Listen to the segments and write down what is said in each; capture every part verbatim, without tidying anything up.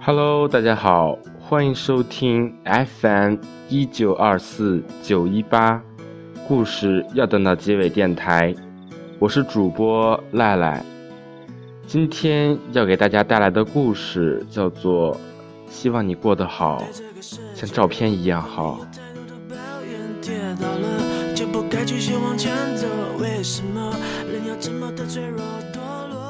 Hello， 大家好，欢迎收听 F M 一九二四九一八，故事要等到结尾电台，我是主播赖赖。今天要给大家带来的故事叫做《希望你过得好，像照片一样好》。就不该继续往前走，为什么人要这么的脆弱堕落？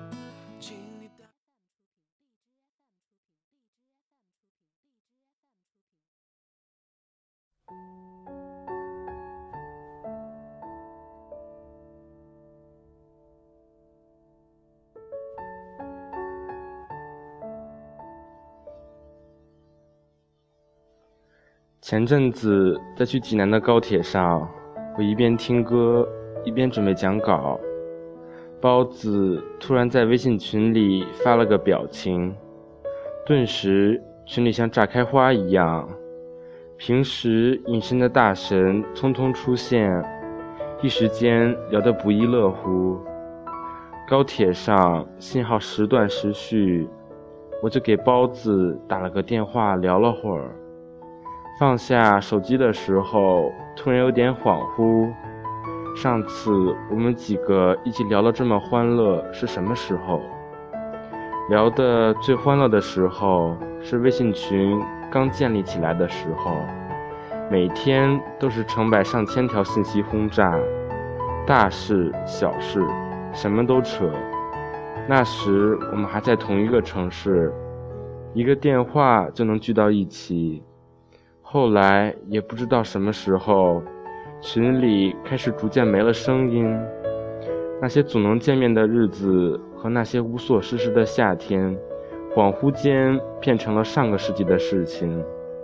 前阵子在去济南的高铁上，我一边听歌一边准备讲稿，包子突然在微信群里发了个表情，顿时群里像炸开花一样，平时隐身的大神匆匆出现，一时间聊得不亦乐乎。高铁上信号时断时续，我就给包子打了个电话聊了会儿。放下手机的时候，突然有点恍惚。上次我们几个一起聊了这么欢乐是什么时候？聊得最欢乐的时候是微信群刚建立起来的时候，每天都是成百上千条信息轰炸，大事小事什么都扯。那时我们还在同一个城市，一个电话就能聚到一起。后来也不知道什么时候，群里开始逐渐没了声音，那些总能见面的日子和那些无所事事的夏天，恍惚间变成了上个世纪的事情。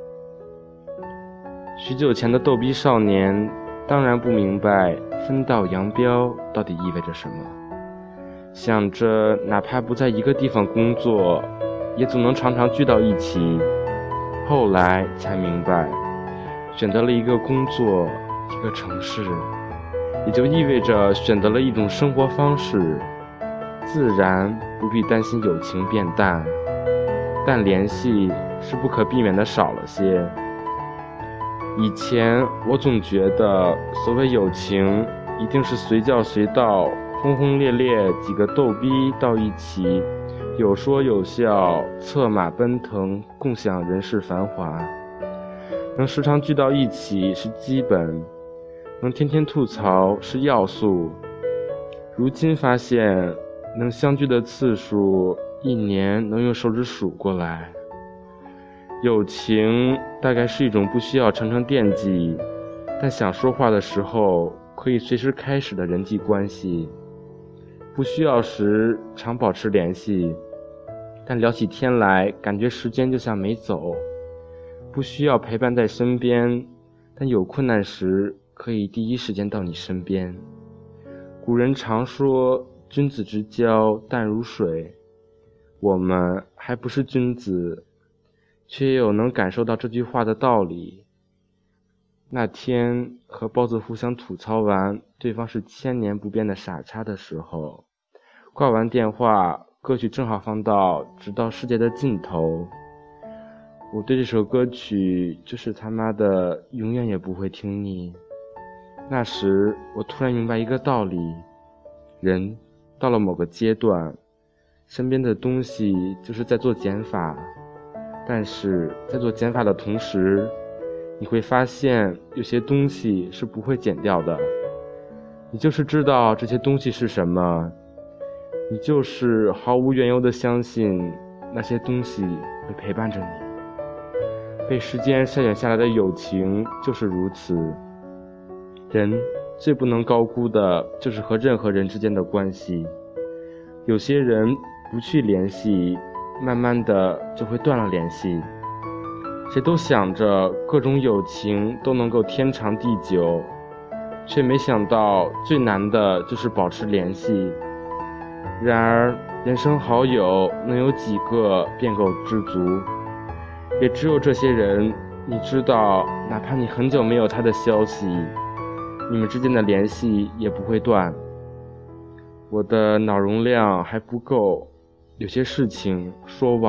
许久前的逗逼少年当然不明白分道扬镳到底意味着什么，想着哪怕不在一个地方工作，也总能常常聚到一起。后来才明白，选择了一个工作，一个城市，也就意味着选择了一种生活方式，自然不必担心友情变淡，但联系是不可避免的少了些。以前我总觉得所谓友情一定是随叫随到，轰轰烈烈几个逗逼到一起，有说有笑，策马奔腾，共享人世繁华。能时常聚到一起是基本，能天天吐槽是要素。如今发现，能相聚的次数一年能用手指数过来。友情大概是一种不需要常常惦记，但想说话的时候可以随时开始的人际关系。不需要时常保持联系，但聊起天来感觉时间就像没走。不需要陪伴在身边，但有困难时可以第一时间到你身边。古人常说君子之交淡如水，我们还不是君子，却有能感受到这句话的道理。那天和包子互相吐槽完对方是千年不变的傻叉的时候，挂完电话，歌曲正好放到直到世界的尽头。我对这首歌曲就是他妈的永远也不会听腻。那时我突然明白一个道理，人到了某个阶段，身边的东西就是在做减法，但是在做减法的同时，你会发现有些东西是不会减掉的。你就是知道这些东西是什么，你就是毫无缘由地相信那些东西会陪伴着你。被时间筛选下来的友情就是如此。人最不能高估的就是和任何人之间的关系。有些人不去联系，慢慢的就会断了联系。谁都想着各种友情都能够天长地久，却没想到最难的就是保持联系。然而人生好友能有几个便够知足，也只有这些人，你知道哪怕你很久没有他的消息，你们之间的联系也不会断。我的脑容量还不够，有些事情说忘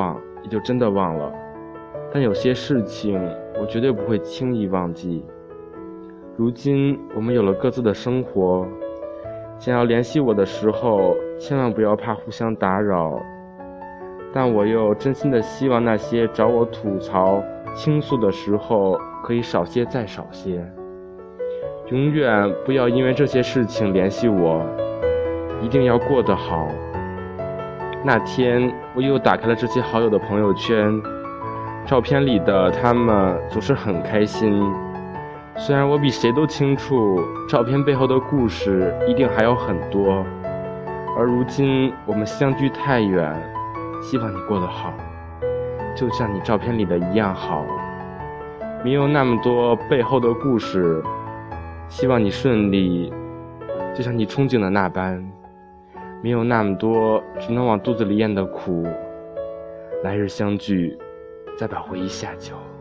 也就真的忘了。但有些事情我绝对不会轻易忘记。如今我们有了各自的生活，想要联系我的时候，千万不要怕互相打扰。但我又真心的希望那些找我吐槽、倾诉的时候，可以少些再少些。永远不要因为这些事情联系我，一定要过得好。那天我又打开了这些好友的朋友圈，照片里的他们总是很开心。虽然我比谁都清楚，照片背后的故事一定还有很多。而如今我们相距太远，希望你过得好，就像你照片里的一样好。没有那么多背后的故事，希望你顺利，就像你憧憬的那般。没有那么多只能往肚子里咽的苦，来日相聚，再把回忆下酒。